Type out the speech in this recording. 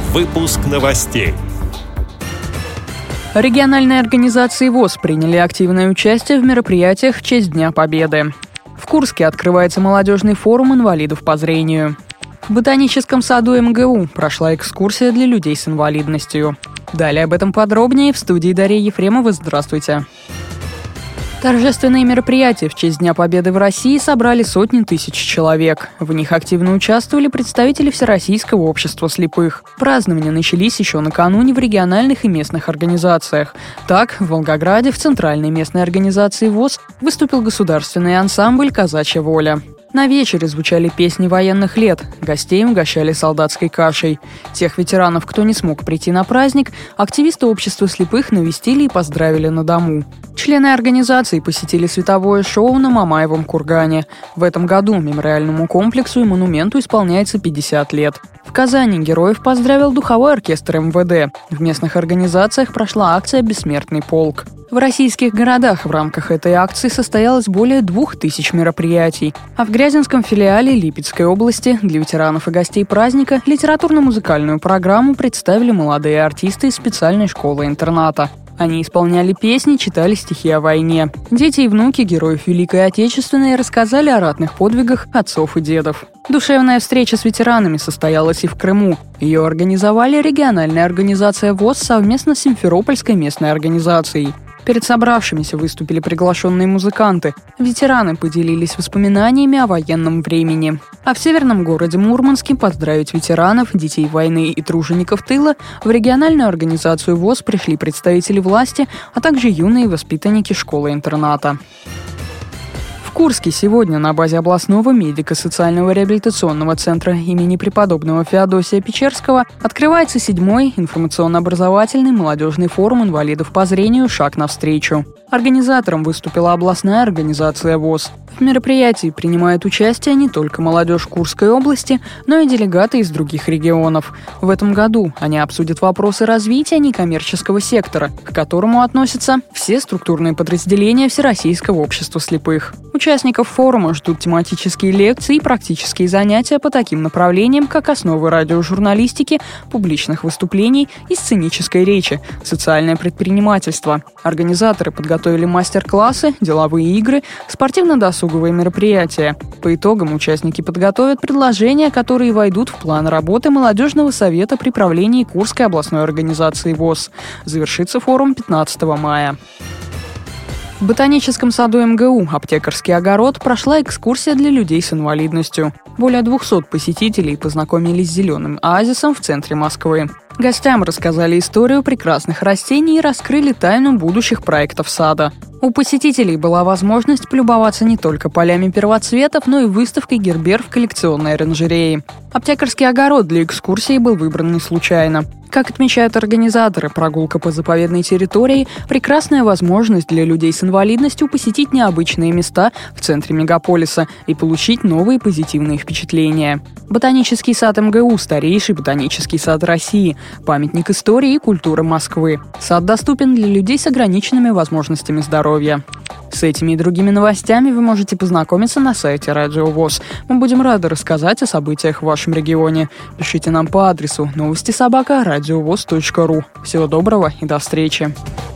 Выпуск новостей. Региональные организации ВОС приняли активное участие в мероприятиях в честь Дня Победы. В Курске открывается молодежный форум инвалидов по зрению. В Ботаническом саду МГУ прошла экскурсия для людей с инвалидностью. Далее об этом подробнее в студии Дарья Ефремова. Здравствуйте. Торжественные мероприятия в честь Дня Победы в России собрали сотни тысяч человек. В них активно участвовали представители Всероссийского общества слепых. Празднования начались еще накануне в региональных и местных организациях. Так, в Волгограде в Центральной местной организации ВОС выступил государственный ансамбль «Казачья воля». На вечере звучали песни военных лет, гостей угощали солдатской кашей. Тех ветеранов, кто не смог прийти на праздник, активисты общества слепых навестили и поздравили на дому. Члены организации посетили световое шоу на Мамаевом кургане. В этом году мемориальному комплексу и монументу исполняется 50 лет. В Казани героев поздравил духовой оркестр МВД. В местных организациях прошла акция «Бессмертный полк». В российских городах в рамках этой акции состоялось более 2000 мероприятий. А в Грязинском филиале Липецкой области для ветеранов и гостей праздника литературно-музыкальную программу представили молодые артисты из специальной школы-интерната. Они исполняли песни, читали стихи о войне. Дети и внуки героев Великой Отечественной рассказали о ратных подвигах отцов и дедов. Душевная встреча с ветеранами состоялась и в Крыму. Ее организовали региональная организация ВОС совместно с Симферопольской местной организацией. Перед собравшимися выступили приглашенные музыканты. Ветераны поделились воспоминаниями о военном времени. А в северном городе Мурманске поздравить ветеранов, детей войны и тружеников тыла в региональную организацию ВОС пришли представители власти, а также юные воспитанники школы-интерната. В Курске сегодня на базе областного медико-социального реабилитационного центра имени преподобного Феодосия Печерского открывается 7-й информационно-образовательный молодежный форум инвалидов по зрению «Шаг навстречу». Организатором выступила областная организация ВОС. В мероприятии принимают участие не только молодежь Курской области, но и делегаты из других регионов. В этом году они обсудят вопросы развития некоммерческого сектора, к которому относятся все структурные подразделения Всероссийского общества слепых. Участников форума ждут тематические лекции и практические занятия по таким направлениям, как основы радиожурналистики, публичных выступлений и сценической речи, социальное предпринимательство. Организаторы подготовили мастер-классы, деловые игры, спортивно-досуговые мероприятия. По итогам участники подготовят предложения, которые войдут в план работы молодежного совета при правлении Курской областной организации ВОС. Завершится форум 15 мая. В Ботаническом саду МГУ «Аптекарский огород» прошла экскурсия для людей с инвалидностью. Более 200 посетителей познакомились с зеленым оазисом в центре Москвы. Гостям рассказали историю прекрасных растений и раскрыли тайну будущих проектов сада. У посетителей была возможность полюбоваться не только полями первоцветов, но и выставкой гербер в коллекционной оранжерее. Аптекарский огород для экскурсии был выбран не случайно. Как отмечают организаторы, прогулка по заповедной территории – прекрасная возможность для людей с инвалидностью посетить необычные места в центре мегаполиса и получить новые позитивные впечатления. Ботанический сад МГУ – старейший ботанический сад России, памятник истории и культуры Москвы. Сад доступен для людей с ограниченными возможностями здоровья. С этими и другими новостями вы можете познакомиться на сайте Радио ВОС. Мы будем рады рассказать о событиях в вашем регионе. Пишите нам по адресу новости@радиовос.ру. Всего доброго и до встречи.